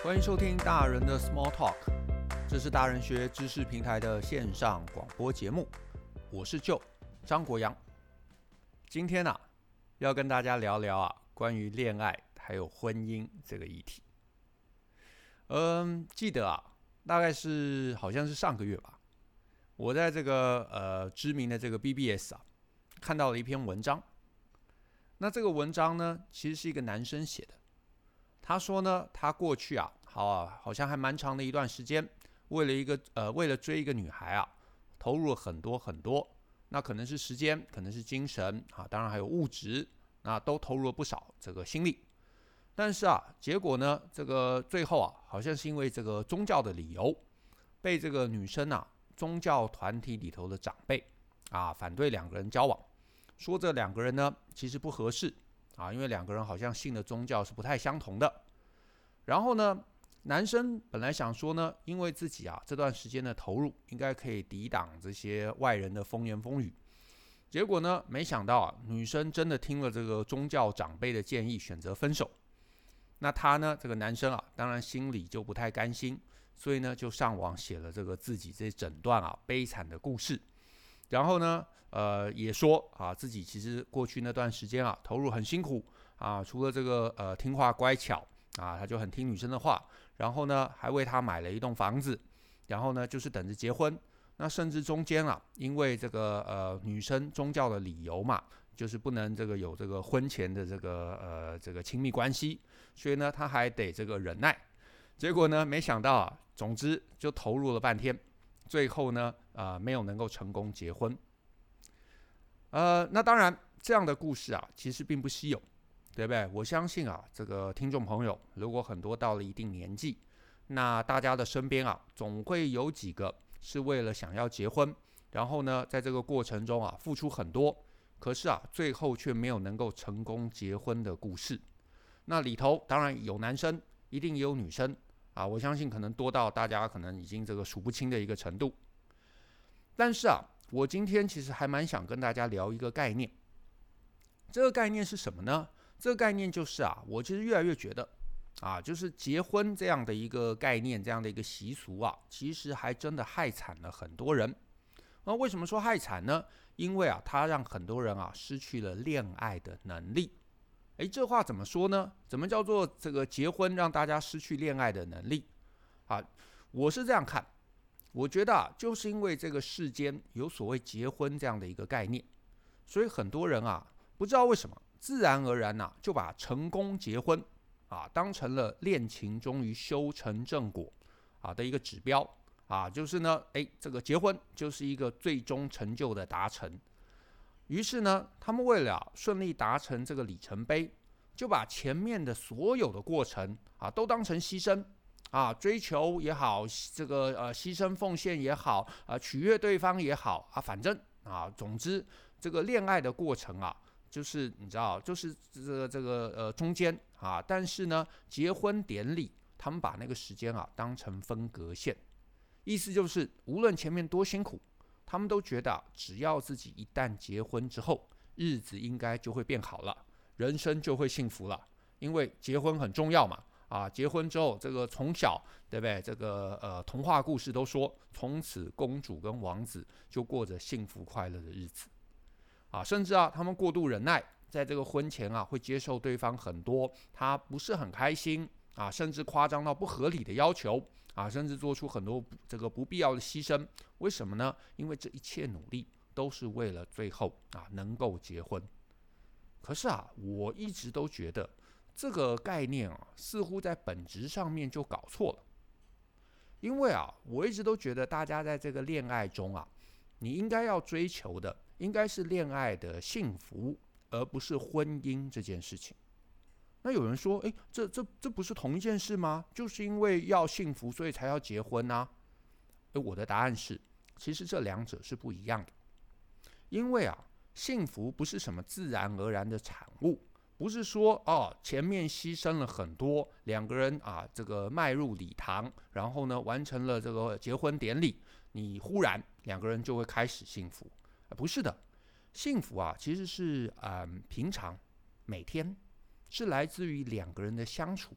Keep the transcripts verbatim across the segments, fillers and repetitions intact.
欢迎收听大人的 Small Talk， 这是大人学知识平台的线上广播节目，我是舅张国阳。今天啊，要跟大家聊聊啊关于恋爱还有婚姻这个议题。嗯，记得啊，大概是好像是上个月吧，我在这个呃知名的这个 B B S 啊看到了一篇文章。那这个文章呢，其实是一个男生写的。他说呢，他过去啊，好啊，好像还蛮长的一段时间，为了一个呃，为了追一个女孩啊，投入了很多很多。那可能是时间，可能是精神啊，当然还有物质，那都投入了不少这个心力。但是啊，结果呢，这个最后啊，好像是因为这个宗教的理由，被这个女生啊，宗教团体里头的长辈啊，反对两个人交往，说这两个人呢，其实不合适。啊，因为两个人好像信的宗教是不太相同的。然后呢，男生本来想说呢，因为自己啊这段时间的投入，应该可以抵挡这些外人的风言风语。结果呢，没想到啊，女生真的听了这个宗教长辈的建议，选择分手。那他呢，这个男生啊，当然心里就不太甘心，所以呢，就上网写了这个自己这整段啊悲惨的故事。然后呢，呃，也说啊，自己其实过去那段时间啊，投入很辛苦啊，除了这个呃听话乖巧啊，他就很听女生的话，然后呢，还为她买了一栋房子，然后呢，就是等着结婚。那甚至中间啊，因为这个呃女生宗教的理由嘛，就是不能这个有这个婚前的这个呃这个亲密关系，所以呢，他还得这个忍耐。结果呢，没想到啊，总之就投入了半天。最后呢，呃，没有能够成功结婚。呃，那当然，这样的故事啊，其实并不稀有，对不对？我相信啊，这个听众朋友，如果很多到了一定年纪，那大家的身边啊，总会有几个是为了想要结婚，然后呢，在这个过程中啊，付出很多，可是啊，最后却没有能够成功结婚的故事。那里头当然有男生，一定也有女生。啊，我相信可能多到大家可能已经这个数不清的一个程度。但是啊，我今天其实还蛮想跟大家聊一个概念。这个概念是什么呢？这个概念就是啊，我其实越来越觉得啊，就是结婚这样的一个概念，这样的一个习俗啊，其实还真的害惨了很多人。那为什么说害惨呢？因为啊，它让很多人啊失去了恋爱的能力。哎，这话怎么说呢？怎么叫做这个结婚让大家失去恋爱的能力？啊，我是这样看，我觉得啊，就是因为这个世间有所谓结婚这样的一个概念，所以很多人啊，不知道为什么，自然而然啊，就把成功结婚啊当成了恋情终于修成正果啊的一个指标啊，就是呢，哎，这个结婚就是一个最终成就的达成。于是呢，他们为了顺利达成这个里程碑，就把前面的所有的过程啊，都当成牺牲啊，追求也好，这个呃牺牲奉献也好，啊取悦对方也好啊，反正啊，总之这个恋爱的过程啊，就是你知道，就是这个这个呃中间啊，但是呢，结婚典礼他们把那个时间啊当成分隔线，意思就是无论前面多辛苦。他们都觉得，只要自己一旦结婚之后，日子应该就会变好了，人生就会幸福了。因为结婚很重要嘛，啊，结婚之后，这个从小，对不对？这个呃，童话故事都说，从此公主跟王子就过着幸福快乐的日子，啊，甚至啊，他们过度忍耐，在这个婚前啊，会接受对方很多他不是很开心啊，甚至夸张到不合理的要求。啊，甚至做出很多这个不必要的牺牲，为什么呢？因为这一切努力都是为了最后啊能够结婚。可是啊，我一直都觉得这个概念啊，似乎在本质上面就搞错了。因为啊，我一直都觉得大家在这个恋爱中啊，你应该要追求的应该是恋爱的幸福，而不是婚姻这件事情。那有人说，哎，这这这不是同一件事吗？就是因为要幸福，所以才要结婚啊。而我的答案是，其实这两者是不一样的。因为啊，幸福不是什么自然而然的产物，不是说哦前面牺牲了很多，两个人啊这个迈入礼堂，然后呢完成了这个结婚典礼，你忽然两个人就会开始幸福。不是的，幸福啊其实是嗯平常每天。是来自于两个人的相处，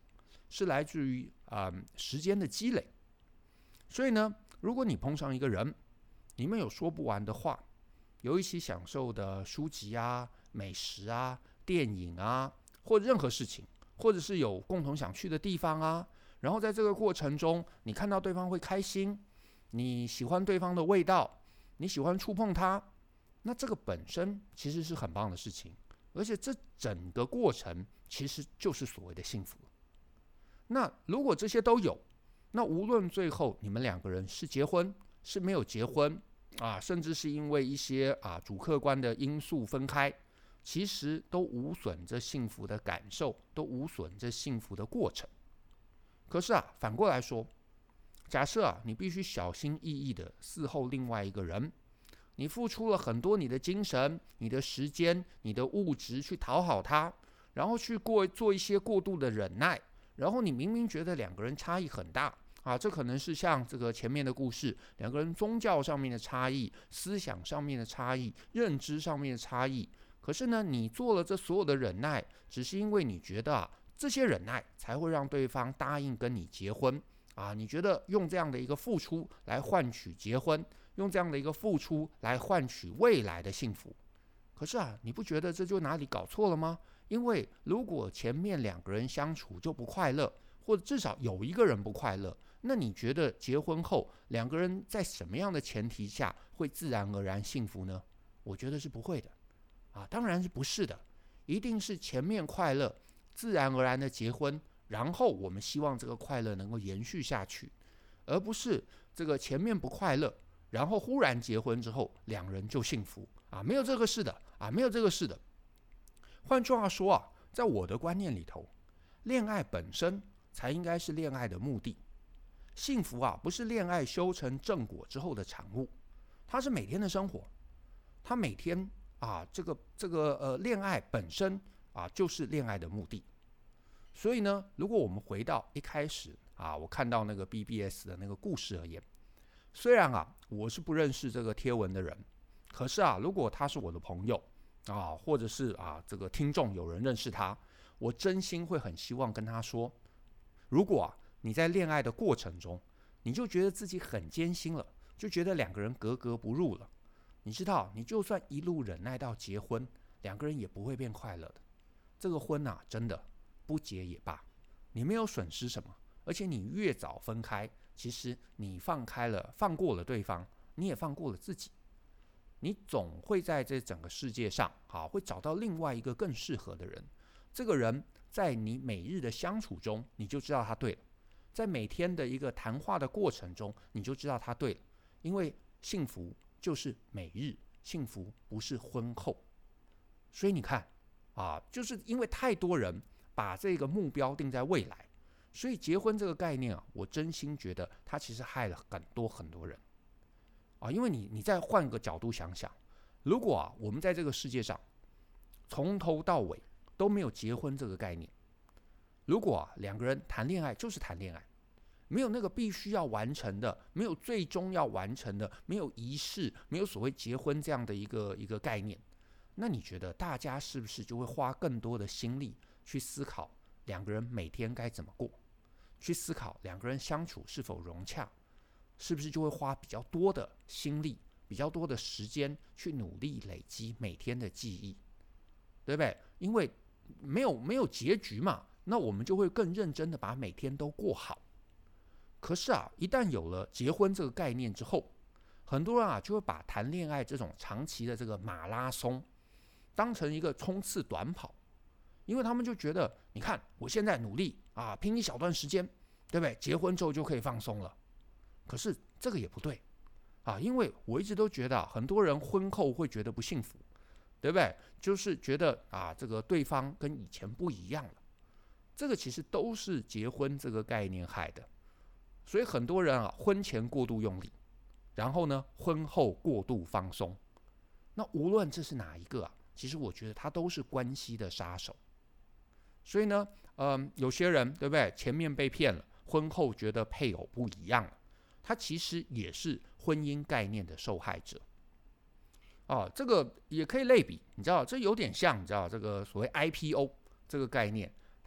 是来自于啊、呃、时间的积累。所以呢，如果你碰上一个人，你们有说不完的话，有一起享受的书籍啊、美食啊、电影啊，或任何事情，或者是有共同想去的地方啊，然后在这个过程中，你看到对方会开心，你喜欢对方的味道，你喜欢触碰他，那这个本身其实是很棒的事情，而且这整个过程其实就是所谓的幸福。那如果这些都有，那无论最后你们两个人是结婚是没有结婚啊，甚至是因为一些啊主客观的因素分开，其实都无损这幸福的感受，都无损这幸福的过程。可是啊，反过来说，假设啊你必须小心翼翼的伺候另外一个人，你付出了很多你的精神、你的时间、你的物质去讨好他，然后去过做一些过度的忍耐，然后你明明觉得两个人差异很大啊，这可能是像这个前面的故事，两个人宗教上面的差异、思想上面的差异、认知上面的差异。可是呢，你做了这所有的忍耐，只是因为你觉得啊，这些忍耐才会让对方答应跟你结婚啊。你觉得用这样的一个付出来换取结婚，用这样的一个付出来换取未来的幸福。可是啊，你不觉得这就哪里搞错了吗？因为如果前面两个人相处就不快乐，或者至少有一个人不快乐，那你觉得结婚后两个人在什么样的前提下会自然而然幸福呢？我觉得是不会的啊，当然是不是的，一定是前面快乐，自然而然的结婚，然后我们希望这个快乐能够延续下去，而不是这个前面不快乐，然后忽然结婚之后两人就幸福啊，没有这个事的啊，没有这个事的。换句话说啊，在我的观念里头，恋爱本身才应该是恋爱的目的。幸福啊，不是恋爱修成正果之后的产物，它是每天的生活，它每天啊，这个这个呃，恋爱本身啊，就是恋爱的目的。所以呢，如果我们回到一开始啊，我看到那个 B B S 的那个故事而言，虽然啊，我是不认识这个贴文的人，可是啊，如果他是我的朋友啊，或者是啊这个听众有人认识他，我真心会很希望跟他说，如果啊你在恋爱的过程中，你就觉得自己很艰辛了，就觉得两个人格格不入了，你知道，你就算一路忍耐到结婚，两个人也不会变快乐的。这个婚啊，真的不结也罢，你没有损失什么，而且你越早分开，其实你放开了，放过了对方，你也放过了自己。你总会在这整个世界上，啊，会找到另外一个更适合的人。这个人在你每日的相处中，你就知道他对了。在每天的一个谈话的过程中，你就知道他对了，因为幸福就是每日，幸福不是婚后。所以你看啊，就是因为太多人把这个目标定在未来，所以结婚这个概念啊，我真心觉得它其实害了很多很多人啊。因为你你再换个角度想想，如果啊我们在这个世界上从头到尾都没有结婚这个概念，如果啊两个人谈恋爱就是谈恋爱，没有那个必须要完成的，没有最终要完成的，没有仪式，没有所谓结婚这样的一个一个概念，那你觉得大家是不是就会花更多的心力去思考两个人每天该怎么过，去思考两个人相处是否融洽，是不是就会花比较多的心力，比较多的时间去努力累积每天的记忆，对不对？因为没有没有结局嘛，那我们就会更认真的把每天都过好。可是啊，一旦有了结婚这个概念之后，很多人啊就会把谈恋爱这种长期的这个马拉松当成一个冲刺短跑，因为他们就觉得，你看我现在努力啊，拼一小段时间，对不对？结婚之后就可以放松了。可是这个也不对啊，因为我一直都觉得、啊、很多人婚后会觉得不幸福，对不对？就是觉得啊，这个对方跟以前不一样了。这个其实都是结婚这个概念害的。所以很多人啊，婚前过度用力，然后呢，婚后过度放松。那无论这是哪一个啊，其实我觉得它都是关系的杀手。所以呢，嗯，有些人对不对？前面被骗了，婚后觉得配偶不一样了，他其实也是婚姻概念的受害者。哦，这个也可以类比，你知道，这有点像你知道这个所谓 I P O 这个概念，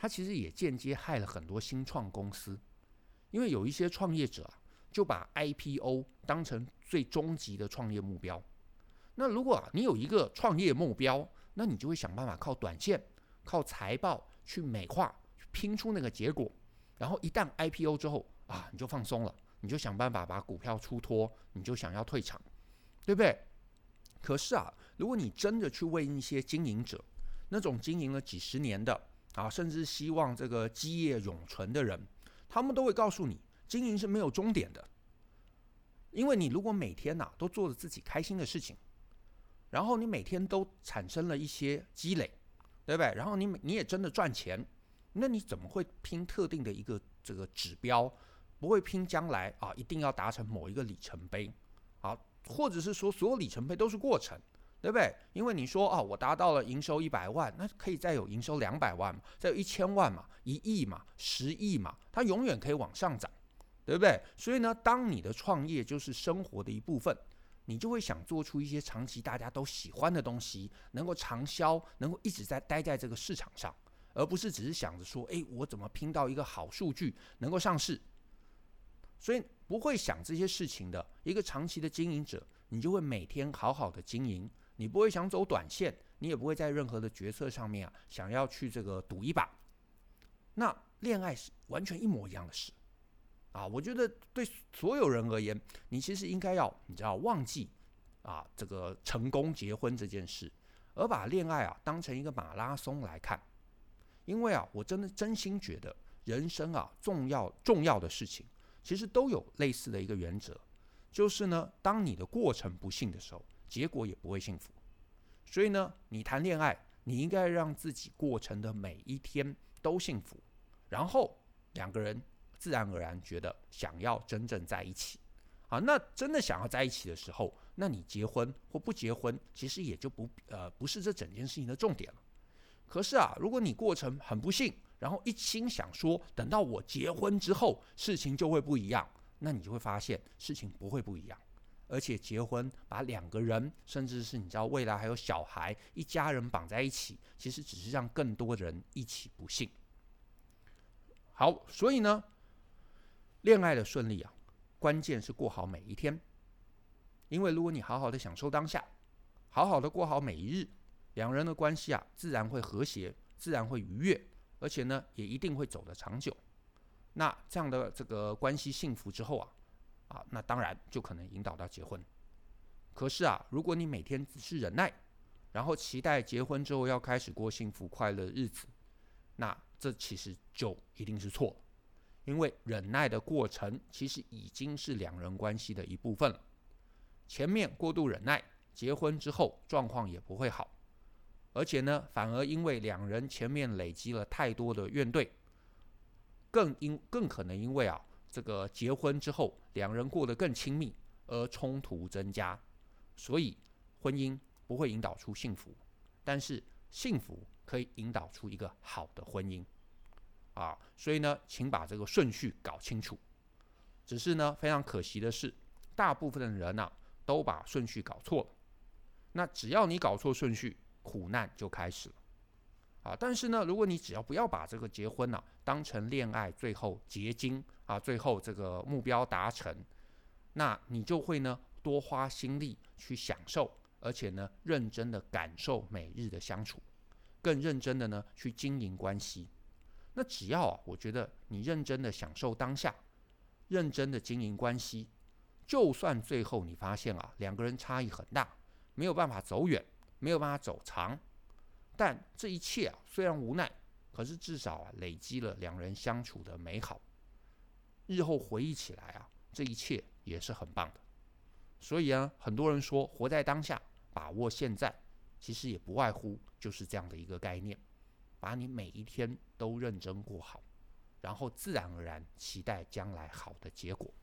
它其实也间接害了很多新创公司，因为有一些创业者啊，就把 I P O 当成最终极的创业目标。那如果、啊、你有一个创业目标，那你就会想办法靠短线、靠财报去美化、去拼出那个结果，然后一旦 I P O 之后啊，你就放松了，你就想办法把股票出脱，你就想要退场，对不对？可是啊，如果你真的去问一些经营者，那种经营了几十年的啊，甚至希望这个基业永存的人，他们都会告诉你，经营是没有终点的。因为你如果每天、啊、都做着自己开心的事情，然后你每天都产生了一些积累，对不对？然后你你也真的赚钱，那你怎么会拼特定的一个这个指标？不会拼将来啊，一定要达成某一个里程碑啊，或者是说所有里程碑都是过程，对不对？因为你说啊，我达到了营收一百万，那可以再有营收两百万嘛，再有一千万嘛，一亿嘛，十亿嘛，它永远可以往上涨，对不对？所以呢，当你的创业就是生活的一部分，你就会想做出一些长期大家都喜欢的东西，能够长销，能够一直在待在这个市场上，而不是只是想着说，哎，我怎么拼到一个好数据能够上市。所以不会想这些事情的一个长期的经营者，你就会每天好好的经营，你不会想走短线，你也不会在任何的决策上面啊想要去这个赌一把。那恋爱是完全一模一样的事啊！我觉得对所有人而言，你其实应该要你知道忘记啊这个成功结婚这件事，而把恋爱啊当成一个马拉松来看。因为啊，我真的真心觉得人生啊重要重要的事情，其实都有类似的一个原则，就是呢，当你的过程不幸的时候，结果也不会幸福。所以呢，你谈恋爱，你应该让自己过程的每一天都幸福，然后两个人自然而然觉得想要真正在一起。啊，那真的想要在一起的时候，那你结婚或不结婚，其实也就不呃不是这整件事情的重点了。可是啊，如果你过程很不幸，然后一心想说等到我结婚之后事情就会不一样，那你就会发现事情不会不一样。而且结婚把两个人，甚至是你知道未来还有小孩一家人绑在一起，其实只是让更多人一起不幸。好，所以呢，恋爱的顺利啊，关键是过好每一天。因为如果你好好的享受当下，好好的过好每一日，两人的关系啊自然会和谐，自然会愉悦，而且呢也一定会走得长久。那这样的这个关系幸福之后啊啊，那当然就可能引导到结婚。可是啊，如果你每天只是忍耐，然后期待结婚之后要开始过幸福快乐的日子，那这其实就一定是错了。因为忍耐的过程其实已经是两人关系的一部分了。前面过度忍耐，结婚之后状况也不会好，而且呢，反而因为两人前面累积了太多的怨怼，更因更可能因为啊这个结婚之后两人过得更亲密，而冲突增加。所以婚姻不会引导出幸福，但是幸福可以引导出一个好的婚姻啊。所以呢，请把这个顺序搞清楚。只是呢，非常可惜的是，大部分的人啊都把顺序搞错了。那只要你搞错顺序，苦难就开始了啊。但是呢，如果你只要不要把这个结婚啊当成恋爱最后结晶啊，最后这个目标达成，那你就会呢多花心力去享受，而且呢认真的感受每日的相处，更认真的呢去经营关系。那只要啊，我觉得你认真的享受当下，认真的经营关系，就算最后你发现啊两个人差异很大，没有办法走远，没有办法走长，但这一切啊虽然无奈，可是至少啊累积了两人相处的美好，日后回忆起来啊，这一切也是很棒的。所以啊，很多人说活在当下，把握现在，其实也不外乎就是这样的一个概念，把你每一天都认真过好，然后自然而然期待将来好的结果。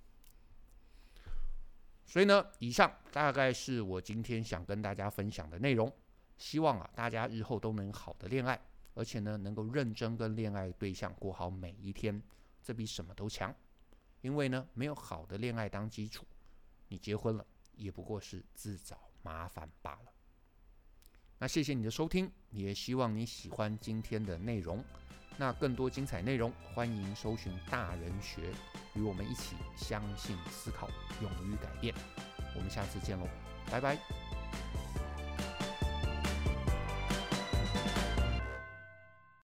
所以呢，以上大概是我今天想跟大家分享的内容。希望啊，大家日后都能好的恋爱，而且呢，能够认真跟恋爱对象过好每一天，这比什么都强。因为呢，没有好的恋爱当基础，你结婚了也不过是自找麻烦罢了。那谢谢你的收听，也希望你喜欢今天的内容。 那更多精彩内容，欢迎搜寻大人学，与我们一起相信、思考、勇于改变。我们下次见喽，拜拜。